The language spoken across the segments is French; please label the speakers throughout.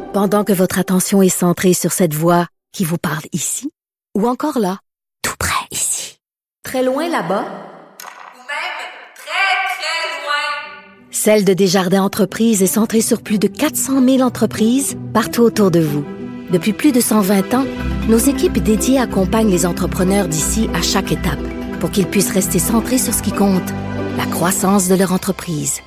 Speaker 1: Pendant que votre attention est centrée sur cette voix qui vous parle ici, ou encore là, tout près ici, très loin là-bas,
Speaker 2: ou même très, très loin.
Speaker 1: Celle de Desjardins Entreprises est centrée sur plus de 400 000 entreprises partout autour de vous. Depuis plus de 120 ans, nos équipes dédiées accompagnent les entrepreneurs d'ici à chaque étape pour qu'ils puissent rester centrés sur ce qui compte, la croissance de leur entreprise.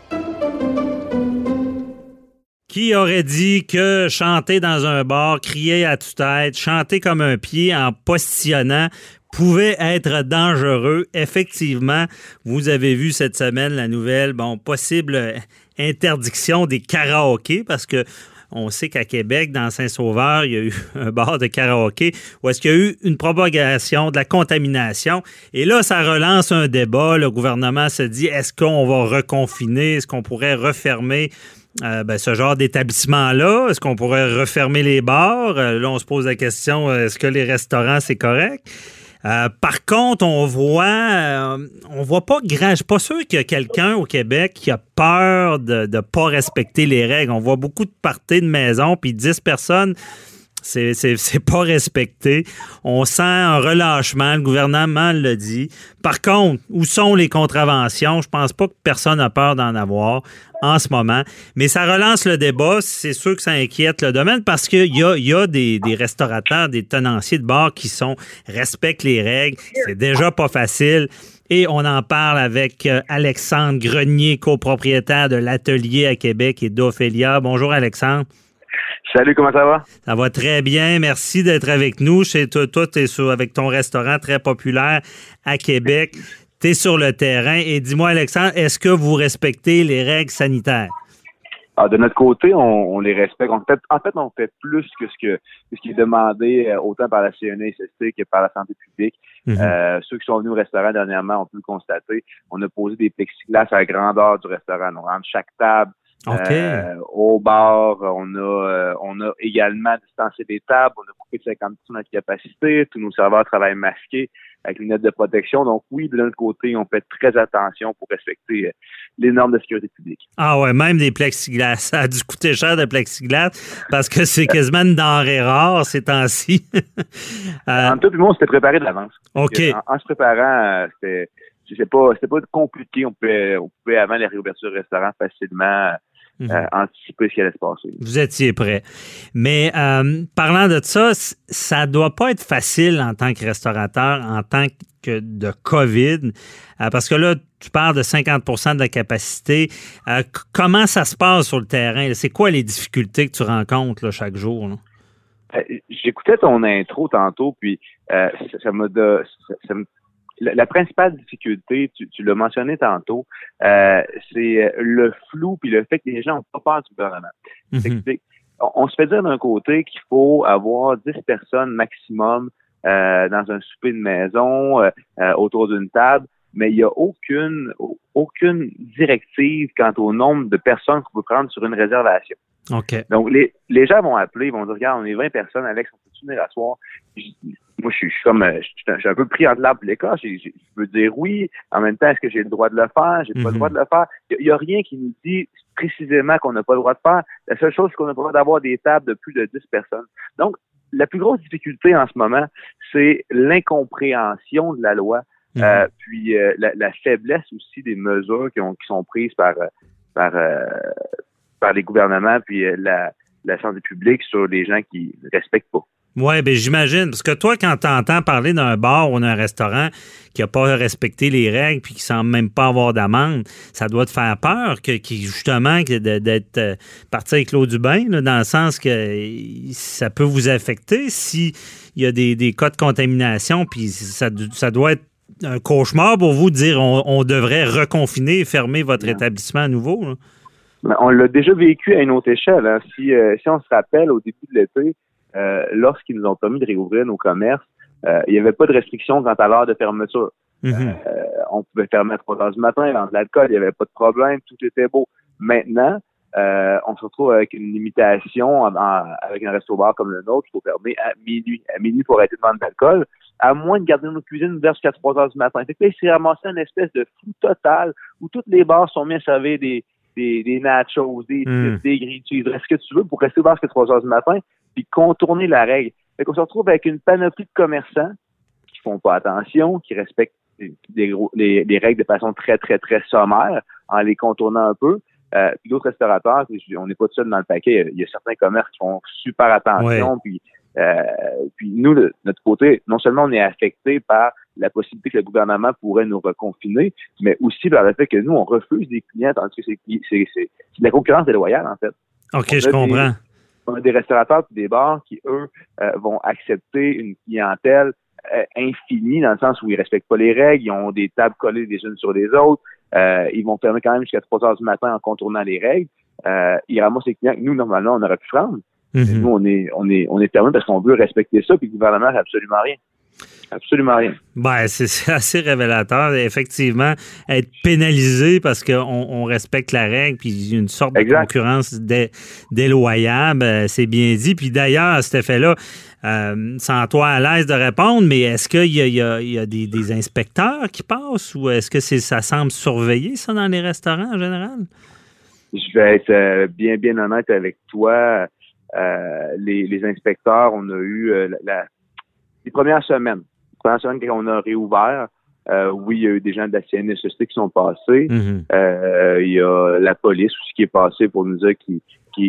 Speaker 3: Qui aurait dit que chanter dans un bar, crier à tue-tête, chanter comme un pied en postillonnant pouvait être dangereux? Effectivement, vous avez vu cette semaine la nouvelle, possible interdiction des karaokés parce que on sait qu'à Québec, dans Saint-Sauveur, il y a eu un bar de karaoké où est-ce qu'il y a eu une propagation de la contamination. Et là, ça relance un débat. Le gouvernement se dit, est-ce qu'on va reconfiner? Est-ce qu'on pourrait refermer ce genre d'établissement-là? Est-ce qu'on pourrait refermer les bars? Là, on se pose la question, est-ce que les restaurants, c'est correct? Par contre, on voit pas grand. Je suis pas sûr qu'il y a quelqu'un au Québec qui a peur de pas respecter les règles. On voit beaucoup de parties de maison, puis 10 personnes, c'est pas respecté. On sent un relâchement. Le gouvernement le dit. Par contre, où sont les contraventions? Je pense pas que personne n'a peur d'en avoir en ce moment. Mais ça relance le débat. C'est sûr que ça inquiète le domaine parce qu'il y a des restaurateurs, des tenanciers de bars qui respectent les règles. C'est déjà pas facile. Et on en parle avec Alexandre Grenier, copropriétaire de l'Atelier à Québec et d'Ophélia. Bonjour Alexandre.
Speaker 4: Salut, comment ça va?
Speaker 3: Ça va très bien. Merci d'être avec nous. Chez toi, tu es avec ton restaurant très populaire à Québec. Tu es sur le terrain. Et dis-moi, Alexandre, est-ce que vous respectez les règles sanitaires?
Speaker 4: De notre côté, on les respecte. En fait, on fait plus que ce qui est demandé autant par la CNESST que par la santé publique. Ceux qui sont venus au restaurant dernièrement ont pu le constater. On a posé des plexiglas à la grandeur du restaurant. On rentre chaque table.
Speaker 3: Okay.
Speaker 4: Au bar, on a également distancé des tables, on a coupé de 50% de notre capacité, tous nos serveurs travaillent masqués avec lunettes de protection. Donc oui, de notre côté, on fait très attention pour respecter les normes de sécurité publique.
Speaker 3: Ah ouais, même des plexiglas. Ça a dû coûter cher de plexiglas parce que c'est quasiment une denrée rare ces temps-ci.
Speaker 4: En tout cas, moi, on s'était préparé de l'avance.
Speaker 3: OK.
Speaker 4: En se préparant, c'était pas compliqué. On pouvait avant les réouvertures de restaurants facilement anticiper ce qui allait se passer.
Speaker 3: Vous étiez prêt. Mais parlant de ça, ça doit pas être facile en tant que restaurateur, en tant que de COVID, parce que là, tu parles de 50% de la capacité. Comment ça se passe sur le terrain? C'est quoi les difficultés que tu rencontres là, chaque jour? Là?
Speaker 4: J'écoutais ton intro tantôt, puis la principale difficulté, tu l'as mentionné tantôt, c'est le flou puis le fait que les gens n'ont pas peur du gouvernement. On se fait dire d'un côté qu'il faut avoir 10 personnes maximum dans un souper de maison autour d'une table, mais il n'y a aucune directive quant au nombre de personnes qu'on peut prendre sur une réservation.
Speaker 3: Okay.
Speaker 4: Donc, les gens vont appeler, ils vont dire, regarde, on est 20 personnes, Alex, on peut-tu venir à soir? Moi, je suis un peu pris entre l'arbre et l'écorce. Je veux dire oui. En même temps, est-ce que j'ai le droit de le faire? J'ai pas le droit de le faire. Il y a rien qui nous dit précisément qu'on n'a pas le droit de faire. La seule chose, c'est qu'on n'a pas le droit d'avoir des tables de plus de 10 personnes. Donc, la plus grosse difficulté en ce moment, c'est l'incompréhension de la loi, puis la faiblesse aussi des mesures qui sont prises par les gouvernements puis la santé publique sur les gens qui ne respectent pas.
Speaker 3: Oui, bien j'imagine. Parce que toi, quand tu entends parler d'un bar ou d'un restaurant qui n'a pas respecté les règles puis qui ne semble même pas avoir d'amende, ça doit te faire peur justement d'être parti avec l'eau du bain, là, dans le sens que ça peut vous affecter s'il y a des cas de contamination, puis ça doit être un cauchemar pour vous de dire on devrait reconfiner et fermer votre établissement à nouveau. Là.
Speaker 4: On l'a déjà vécu à une autre échelle. Hein. Si on se rappelle, au début de l'été, lorsqu'ils nous ont permis de réouvrir nos commerces, il n'y avait pas de restriction quant à l'heure de fermeture. On pouvait fermer à 3 heures du matin, vendre de l'alcool, il n'y avait pas de problème, tout était beau. Maintenant, on se retrouve avec une limitation avec un resto-bar comme le nôtre, il faut fermer à minuit. À minuit pour arrêter de vendre de l'alcool, à moins de garder nos cuisines ouvertes jusqu'à 3 heures du matin. Fait que là, il s'est ramassé une espèce de flou total où toutes les bars sont mis à servir des des nachos, des chips, des grilled cheese, ce que tu veux pour rester ouvert jusqu'à 3 heures du matin, puis contourner la règle. Fait qu'on se retrouve avec une panoplie de commerçants qui font pas attention, qui respectent les règles de façon très, très, très sommaire, en les contournant un peu. Puis d'autres restaurateurs, on n'est pas tout seul dans le paquet. Il y a certains commerces qui font super attention.
Speaker 3: Ouais.
Speaker 4: Puis nous, de notre côté, non seulement on est affecté par la possibilité que le gouvernement pourrait nous reconfiner, mais aussi par le fait que nous, on refuse des clients, tandis que c'est de la concurrence déloyale, en fait.
Speaker 3: OK, je comprends.
Speaker 4: On a des restaurateurs et des bars qui, eux, vont accepter une clientèle infinie, dans le sens où ils respectent pas les règles, ils ont des tables collées les unes sur les autres, ils vont fermer quand même jusqu'à 3 heures du matin en contournant les règles. Ils ramassent les clients que nous, normalement, on aurait pu prendre.
Speaker 3: Mm-hmm.
Speaker 4: Nous, on est fermés parce qu'on veut respecter ça, puis le gouvernement n'a absolument rien. Absolument rien.
Speaker 3: Ben, c'est assez révélateur. Effectivement, être pénalisé parce qu'on respecte la règle, puis une sorte de concurrence déloyable, c'est bien dit. Puis d'ailleurs, à cet effet-là, sans toi à l'aise de répondre, mais est-ce qu'il y a des inspecteurs qui passent ou est-ce que ça semble surveiller, ça, dans les restaurants en général?
Speaker 4: Je vais être bien honnête avec toi. Les inspecteurs, on a eu les premières semaines quand on a réouvert, oui, il y a eu des gens de la CNSST qui sont passés. Mm-hmm. Il y a la police aussi qui est passée pour nous dire qui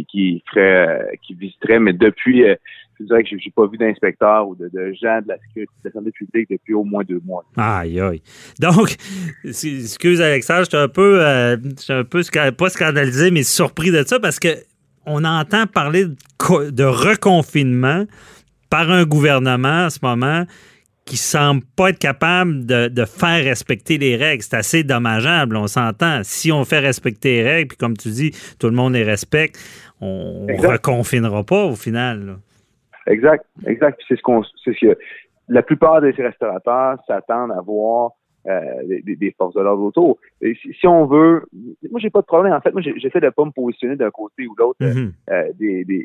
Speaker 4: visiterait, mais depuis, je dirais que j'ai pas vu d'inspecteurs ou de gens de la sécurité de la santé publique depuis au moins 2 mois.
Speaker 3: Aïe, aïe. Donc, excuse Alexandre, je suis un peu pas scandalisé, mais surpris de ça parce que on entend parler de reconfinement par un gouvernement en ce moment qui semble pas être capable de faire respecter les règles. C'est assez dommageable, on s'entend. Si on fait respecter les règles, puis comme tu dis, tout le monde les respecte, on ne reconfinera pas au final. Là. Exact.
Speaker 4: C'est ce que la plupart des restaurateurs s'attendent à voir des forces de l'ordre autour. Et si on veut, moi j'ai pas de problème. En fait, moi j'essaie de pas me positionner d'un côté ou l'autre. Mm-hmm.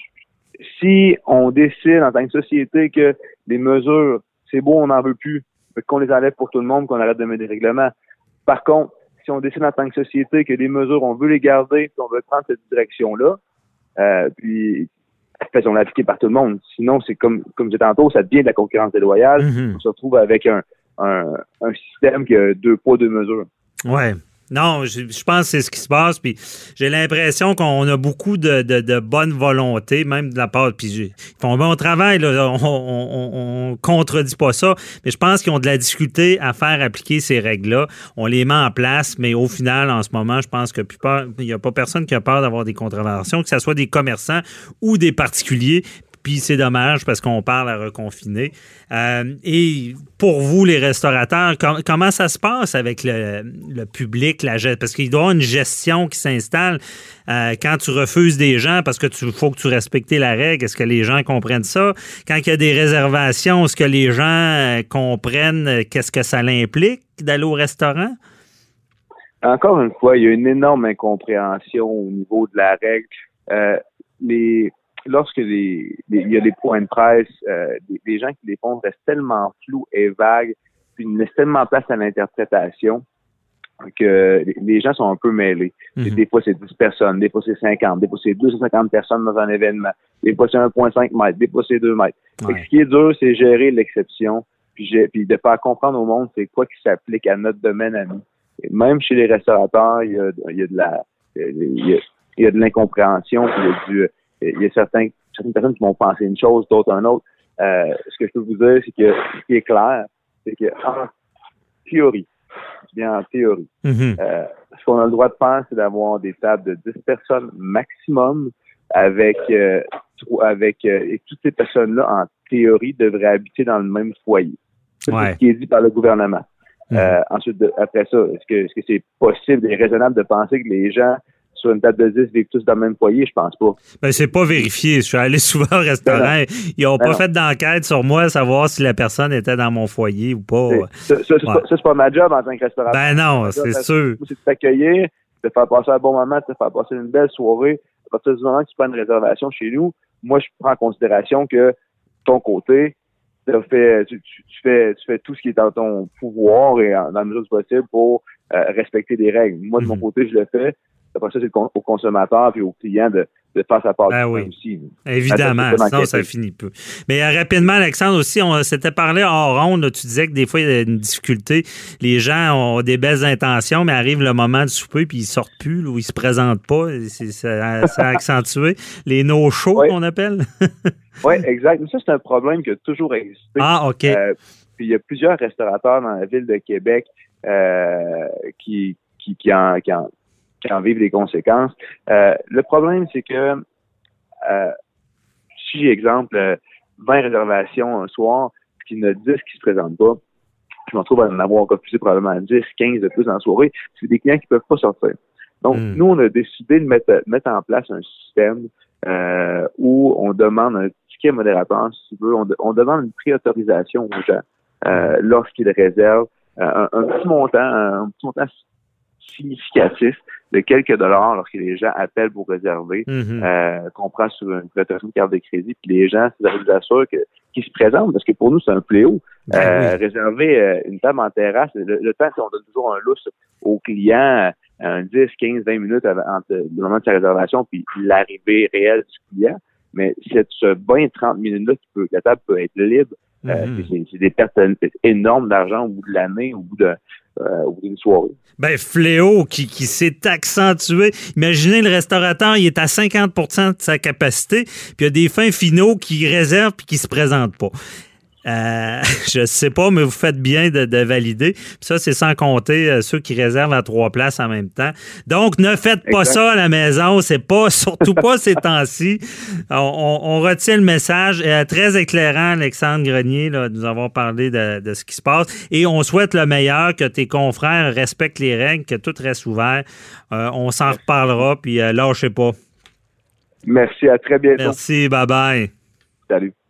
Speaker 4: Si on décide en tant que société que les mesures, c'est beau, on n'en veut plus, qu'on les enlève pour tout le monde, qu'on arrête de mettre des règlements. Par contre, si on décide en tant que société que les mesures, on veut les garder, puis on veut prendre cette direction-là, puis faisons l'appliquer par tout le monde. Sinon, c'est comme je disais tantôt, ça devient de la concurrence déloyale. Mm-hmm. On se retrouve avec un système qui a 2 poids, 2 mesures.
Speaker 3: Ouais. Non, je pense que c'est ce qui se passe. Puis j'ai l'impression qu'on a beaucoup de bonne volonté, même de la part. Puis ils font un bon travail, là. On contredit pas ça. Mais je pense qu'ils ont de la difficulté à faire appliquer ces règles-là. On les met en place, mais au final, en ce moment, je pense que il n'y a pas personne qui a peur d'avoir des contraventions, que ce soit des commerçants ou des particuliers. Puis c'est dommage parce qu'on parle à reconfiner. Et pour vous, les restaurateurs, comment ça se passe avec le public? Parce qu'il doit y avoir une gestion qui s'installe quand tu refuses des gens parce que faut que tu respectes la règle. Est-ce que les gens comprennent ça? Quand il y a des réservations, est-ce que les gens comprennent qu'est-ce que ça implique d'aller au restaurant?
Speaker 4: Encore une fois, il y a une énorme incompréhension au niveau de la règle. Lorsque il y a des points de presse, les gens qui les font restent tellement flous et vagues, puis ils laissent tellement place à l'interprétation que les gens sont un peu mêlés. Mm-hmm. Des fois, c'est 10 personnes, des fois, c'est 50, des fois, c'est 250 personnes dans un événement, des fois, c'est 1,5 mètres, des fois, c'est 2 mètres. Ouais. Ce qui est dur, c'est gérer l'exception, puis de faire comprendre au monde c'est quoi qui s'applique à notre domaine à nous. Et même chez les restaurateurs, il y a de l'incompréhension, il y a certaines personnes qui vont penser une chose, d'autres une autre. Ce que je peux vous dire, c'est que ce qui est clair, c'est que en théorie, mm-hmm. Ce qu'on a le droit de faire, c'est d'avoir des tables de 10 personnes maximum avec et toutes ces personnes-là, en théorie, devraient habiter dans le même foyer. C'est ce qui est dit par le gouvernement. Mm-hmm. Ensuite, après ça, est-ce que c'est possible et raisonnable de penser que les gens sur une table de 10 vivent tous dans le même foyer? Je pense pas.
Speaker 3: Ben, c'est pas vérifié. Je suis allé souvent au restaurant. Ils n'ont pas fait d'enquête sur moi, savoir si la personne était dans mon foyer ou pas.
Speaker 4: C'est pas ma job en tant que restaurateur.
Speaker 3: Ben non, c'est sûr.
Speaker 4: C'est de t'accueillir, de te faire passer un bon moment, de te faire passer une belle soirée. À partir du moment que tu prends une réservation chez nous, moi, je prends en considération que ton côté, tu fais tout ce qui est dans ton pouvoir et dans la mesure du possible pour respecter les règles. Moi, de mon côté, je le fais. après ça, c'est au consommateur puis au client de faire sa part du
Speaker 3: oui.
Speaker 4: aussi.
Speaker 3: Évidemment, sinon ça finit peu. Mais rapidement, Alexandre, aussi, on s'était parlé hors ronde, là, tu disais que des fois, il y a une difficulté. Les gens ont des belles intentions, mais arrive le moment de souper, puis ils sortent plus, là, ou ils se présentent pas. Ça a accentué. Les no-shows, qu'on appelle.
Speaker 4: Oui, exact. Mais ça, c'est un problème qui a toujours existé.
Speaker 3: Ah, OK.
Speaker 4: Puis il y a plusieurs restaurateurs dans la ville de Québec qui en vivent les conséquences. Le problème, c'est que si, exemple, 20 réservations un soir, puis qu'il y en a 10 qui se présentent pas, je me retrouve à en avoir refusé probablement 10, 15 de plus en soirée. C'est des clients qui peuvent pas sortir. Donc, nous, on a décidé de mettre en place un système où on demande un ticket modérateur, si tu veux. On demande une préautorisation aux gens lorsqu'ils réservent un petit montant significatif de quelques dollars lorsque les gens appellent pour réserver, qu'on prend sur une préautorisation de carte de crédit, puis les gens nous assurent qu'ils se présentent, parce que pour nous, c'est un fléau. Réserver une table en terrasse, le temps, on donne toujours un lousse aux clients, 10, 15, 20 minutes entre le moment de sa réservation puis l'arrivée réelle du client. Mais ce 20-30 minutes-là, la table peut être libre. C'est des pertes énormes d'argent au bout de l'année, au bout d'une soirée.
Speaker 3: Ben, fléau qui s'est accentué. Imaginez, le restaurateur, il est à 50% de sa capacité, puis il y a des fins finaux qui réservent puis qui se présentent pas. Je sais pas, mais vous faites bien de valider. Puis ça, c'est sans compter ceux qui réservent à 3 places en même temps. Donc, ne faites pas ça à la maison. C'est pas, surtout pas ces temps-ci. On retient le message. Très éclairant, Alexandre Grenier, là, de nous avoir parlé de ce qui se passe. Et on souhaite le meilleur, que tes confrères respectent les règles, que tout reste ouvert. On s'en reparlera, puis lâchez pas.
Speaker 4: Merci, à très bientôt.
Speaker 3: Merci, bye-bye.
Speaker 4: Salut.